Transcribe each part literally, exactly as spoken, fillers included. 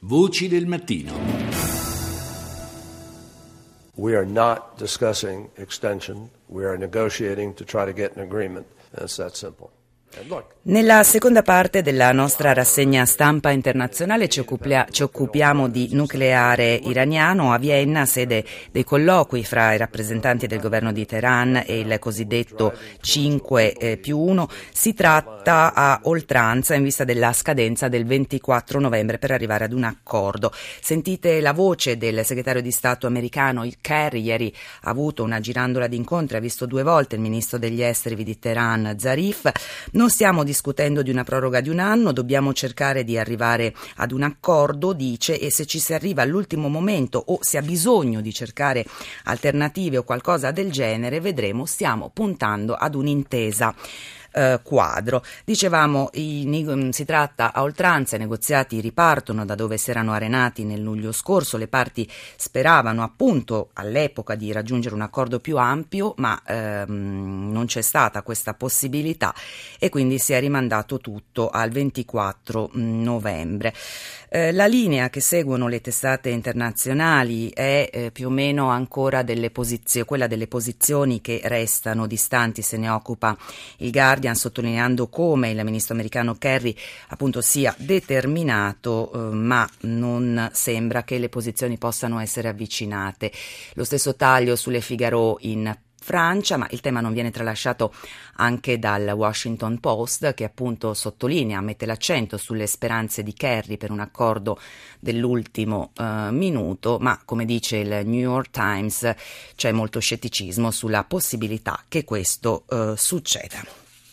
Voci del mattino. We are not discussing extension. We are negotiating to try to get an agreement. And it's that simple. And look. Nella seconda parte della nostra rassegna stampa internazionale ci, occupia, ci occupiamo di nucleare iraniano. A Vienna, sede dei colloqui fra i rappresentanti del governo di Teheran e il cosiddetto cinque più uno, si tratta a oltranza in vista della scadenza del ventiquattro novembre per arrivare ad un accordo. Sentite la voce del segretario di Stato americano Kerry. Ieri ha avuto una girandola di incontri, ha visto due volte il ministro degli esteri di Teheran, Zarif. Non stiamo discutendo di una proroga di un anno, dobbiamo cercare di arrivare ad un accordo, dice, e se ci si arriva all'ultimo momento o si ha bisogno di cercare alternative o qualcosa del genere, vedremo, stiamo puntando ad un'intesa Uh, quadro. Dicevamo, i, si tratta a oltranza, i negoziati ripartono da dove si erano arenati nel luglio scorso, le parti speravano appunto all'epoca di raggiungere un accordo più ampio, ma ehm, non c'è stata questa possibilità e quindi si è rimandato tutto al ventiquattro novembre. Eh, la linea che seguono le testate internazionali è eh, più o meno ancora delle posizioni, quella delle posizioni che restano distanti. Se ne occupa il Guardian, sottolineando come il ministro americano Kerry appunto sia determinato, eh, ma non sembra che le posizioni possano essere avvicinate. Lo stesso taglio sulle Figaro in Francia, ma il tema non viene tralasciato anche dal Washington Post, che appunto sottolinea, mette l'accento sulle speranze di Kerry per un accordo dell'ultimo uh, minuto, ma come dice il New York Times c'è molto scetticismo sulla possibilità che questo uh, succeda.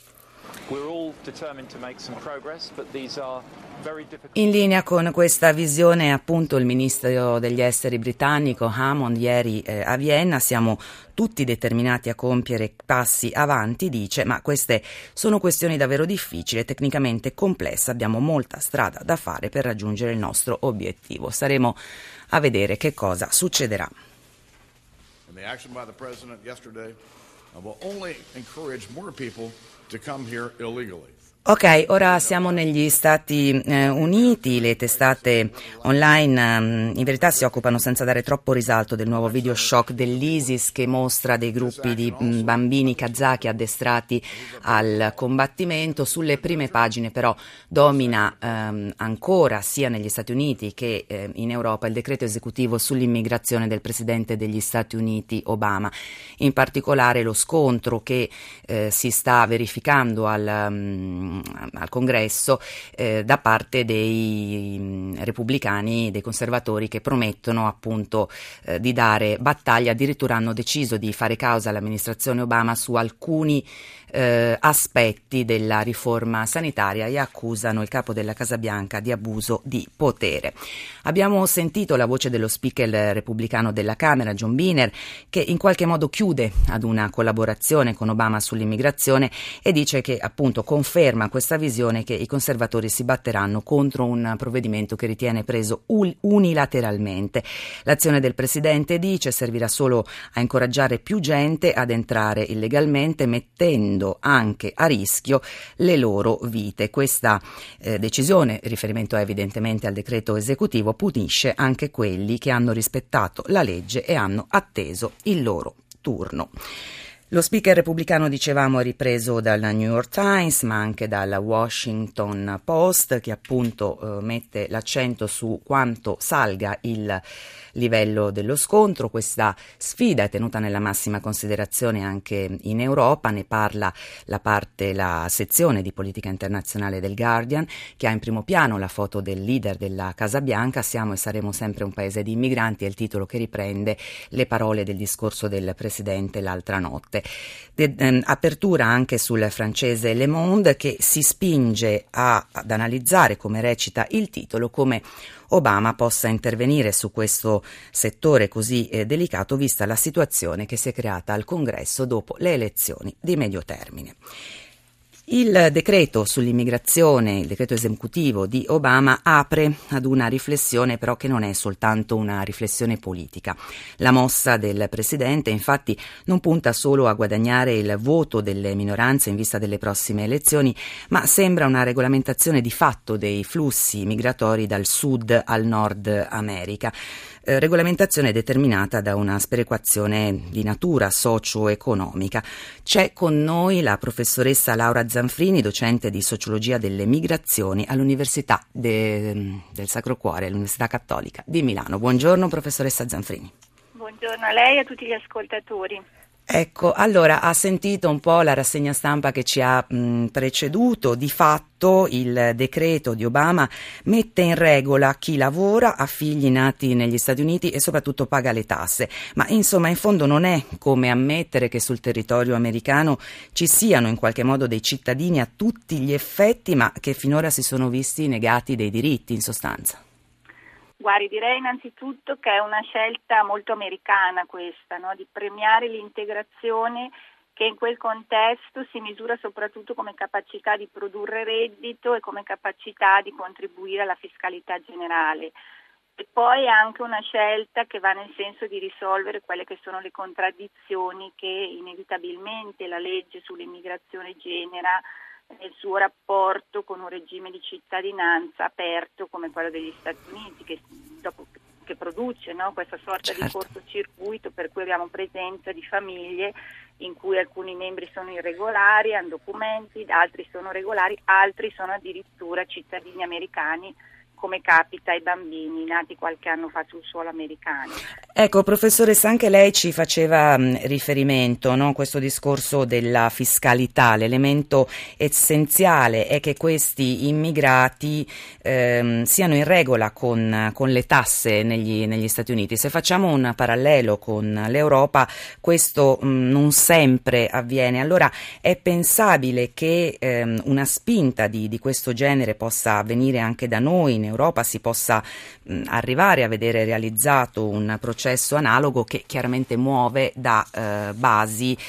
In linea con questa visione appunto il ministro degli esteri britannico Hammond ieri eh, a Vienna. Siamo tutti determinati a compiere passi avanti, dice, ma queste sono questioni davvero difficili e tecnicamente complesse, abbiamo molta strada da fare per raggiungere il nostro obiettivo. Staremo a vedere che cosa succederà. And the action by the president yesterday will only encourage more people to come here illegally. Ok, ora siamo negli Stati eh, Uniti. Le testate online um, in verità si occupano senza dare troppo risalto del nuovo video shock dell'ISIS che mostra dei gruppi di mh, bambini kazaki addestrati al combattimento. Sulle prime pagine però domina um, ancora sia negli Stati Uniti che eh, in Europa il decreto esecutivo sull'immigrazione del presidente degli Stati Uniti Obama, in particolare lo scontro che eh, si sta verificando al um, al Congresso eh, da parte dei mh, repubblicani, dei conservatori, che promettono appunto eh, di dare battaglia. Addirittura hanno deciso di fare causa all'amministrazione Obama su alcuni eh, aspetti della riforma sanitaria e accusano il capo della Casa Bianca di abuso di potere. Abbiamo sentito la voce dello speaker repubblicano della Camera, John Boehner, che in qualche modo chiude ad una collaborazione con Obama sull'immigrazione e dice che appunto conferma questa visione che i conservatori si batteranno contro un provvedimento che ritiene preso unilateralmente. L'azione del presidente, dice, servirà solo a incoraggiare più gente ad entrare illegalmente, mettendo anche a rischio le loro vite. Questa eh, decisione, riferimento è evidentemente al decreto esecutivo, punisce anche quelli che hanno rispettato la legge e hanno atteso il loro turno. Lo speaker repubblicano, dicevamo, è ripreso dal New York Times, ma anche dal Washington Post, che appunto eh, mette l'accento su quanto salga il livello dello scontro. Questa sfida è tenuta nella massima considerazione anche in Europa. Ne parla la parte, la sezione di politica internazionale del Guardian, che ha in primo piano la foto del leader della Casa Bianca. Siamo e saremo sempre un paese di immigranti, è il titolo che riprende le parole del discorso del presidente l'altra notte. De, ehm, apertura anche sul francese Le Monde, che si spinge a, ad analizzare, come recita il titolo, come Obama possa intervenire su questo settore così eh, delicato, vista la situazione che si è creata al Congresso dopo le elezioni di medio termine. Il decreto sull'immigrazione, il decreto esecutivo di Obama, apre ad una riflessione però che non è soltanto una riflessione politica. La mossa del presidente infatti non punta solo a guadagnare il voto delle minoranze in vista delle prossime elezioni, ma sembra una regolamentazione di fatto dei flussi migratori dal sud al nord America. Eh, regolamentazione determinata da una sperequazione di natura socio-economica. C'è con noi la professoressa Laura Zanfrini, docente di sociologia delle migrazioni all'Università de, del Sacro Cuore, all'Università Cattolica di Milano. Buongiorno professoressa Zanfrini. Buongiorno a lei e a tutti gli ascoltatori. Ecco, allora ha sentito un po' la rassegna stampa che ci ha mh, preceduto. Di fatto il decreto di Obama mette in regola chi lavora, ha figli nati negli Stati Uniti e soprattutto paga le tasse, ma insomma in fondo non è come ammettere che sul territorio americano ci siano in qualche modo dei cittadini a tutti gli effetti, ma che finora si sono visti negati dei diritti in sostanza. Guardi, direi innanzitutto che è una scelta molto americana questa, no? Di premiare l'integrazione che in quel contesto si misura soprattutto come capacità di produrre reddito e come capacità di contribuire alla fiscalità generale. E poi è anche una scelta che va nel senso di risolvere quelle che sono le contraddizioni che inevitabilmente la legge sull'immigrazione genera nel suo rapporto con un regime di cittadinanza aperto come quello degli Stati Uniti, che, dopo, che produce, no, questa sorta certo. di cortocircuito per cui abbiamo presenza di famiglie in cui alcuni membri sono irregolari, hanno documenti, altri sono regolari, altri sono addirittura cittadini americani, come capita ai bambini nati qualche anno fa sul suolo americano. Ecco, professoressa, anche lei ci faceva mh, riferimento, no? Questo discorso della fiscalità. L'elemento essenziale è che questi immigrati ehm, siano in regola con, con le tasse negli, negli Stati Uniti. Se facciamo un parallelo con l'Europa, questo mh, non sempre avviene. Allora è pensabile che ehm, una spinta di, di questo genere possa avvenire anche da noi in Europa, si possa mh, arrivare a vedere realizzato un processo analogo che chiaramente muove da eh, basi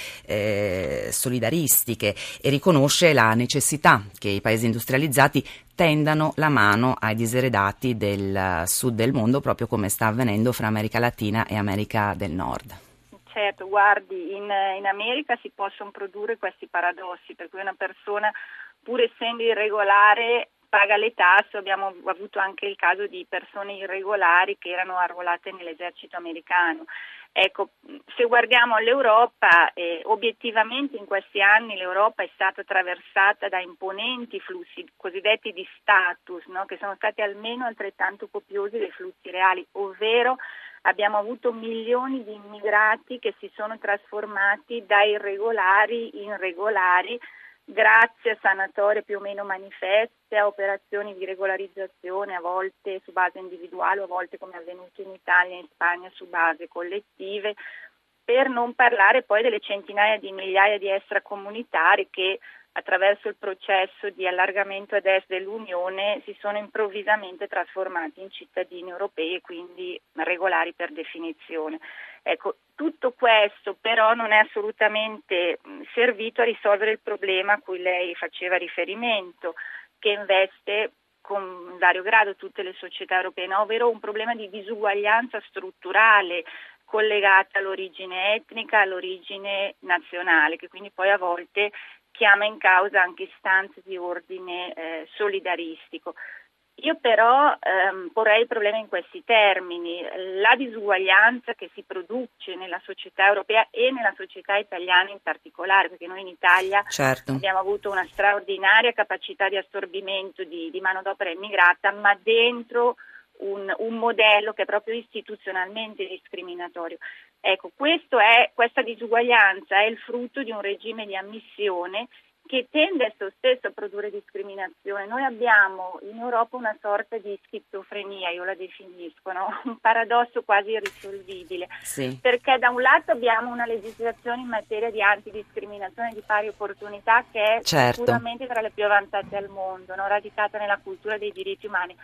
eh, solidaristiche e riconosce la necessità che i paesi industrializzati tendano la mano ai diseredati del sud del mondo, proprio come sta avvenendo fra America Latina e America del Nord. Certo, guardi, in, in America si possono produrre questi paradossi, per cui una persona, pur essendo irregolare, paga le tasse. Abbiamo avuto anche il caso di persone irregolari che erano arruolate nell'esercito americano. Ecco, se guardiamo all'Europa, eh, obiettivamente in questi anni l'Europa è stata attraversata da imponenti flussi cosiddetti di status, no? Che sono stati almeno altrettanto copiosi dei flussi reali, ovvero abbiamo avuto milioni di immigrati che si sono trasformati da irregolari in regolari, grazie a sanatorie più o meno manifeste, a operazioni di regolarizzazione, a volte su base individuale, a volte come è avvenuto in Italia e in Spagna su base collettive, per non parlare poi delle centinaia di migliaia di extracomunitari che attraverso il processo di allargamento ad est dell'Unione si sono improvvisamente trasformati in cittadini europei e quindi regolari per definizione. Ecco, tutto questo però non è assolutamente servito a risolvere il problema a cui lei faceva riferimento, che investe con vario grado tutte le società europee, no? Ovvero un problema di disuguaglianza strutturale collegata all'origine etnica, all'origine nazionale, che quindi poi a volte chiama in causa anche istanze di ordine eh, solidaristico. Io però ehm, porrei il problema in questi termini: la disuguaglianza che si produce nella società europea e nella società italiana in particolare, perché noi in Italia certo. abbiamo avuto una straordinaria capacità di assorbimento di, di manodopera immigrata, ma dentro un, un modello che è proprio istituzionalmente discriminatorio. Ecco, questo è, questa disuguaglianza è il frutto di un regime di ammissione che tende esso stesso a produrre discriminazione. Noi abbiamo in Europa una sorta di schizofrenia, io la definisco, no? Un paradosso quasi irrisolvibile, sì. Perché da un lato abbiamo una legislazione in materia di antidiscriminazione e di pari opportunità che è certo. sicuramente tra le più avanzate al mondo, no? Radicata nella cultura dei diritti umani.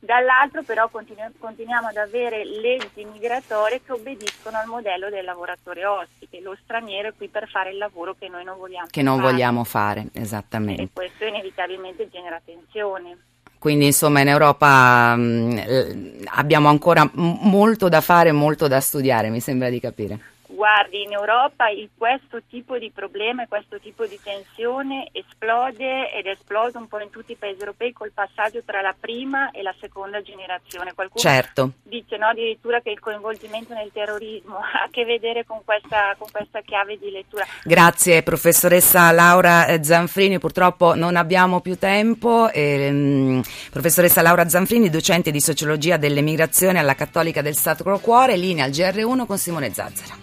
Dall'altro però continu- continuiamo ad avere leggi migratorie che obbediscono al modello del lavoratore ospite. Lo straniero è qui per fare il lavoro che noi non vogliamo che non fare. vogliamo fare, esattamente. E questo inevitabilmente genera tensioni. Quindi insomma in Europa mh, abbiamo ancora m- molto da fare, molto da studiare, mi sembra di capire. Guardi, in Europa il, questo tipo di problema e questo tipo di tensione esplode ed è esploso un po' in tutti i paesi europei col passaggio tra la prima e la seconda generazione. Qualcuno certo. dice no, addirittura che il coinvolgimento nel terrorismo ha a che vedere con questa, con questa chiave di lettura. Grazie professoressa Laura Zanfrini, purtroppo non abbiamo più tempo. E, mh, professoressa Laura Zanfrini, docente di sociologia dell'emigrazione alla Cattolica del Sacro Cuore, linea al G R uno con Simone Zazzera.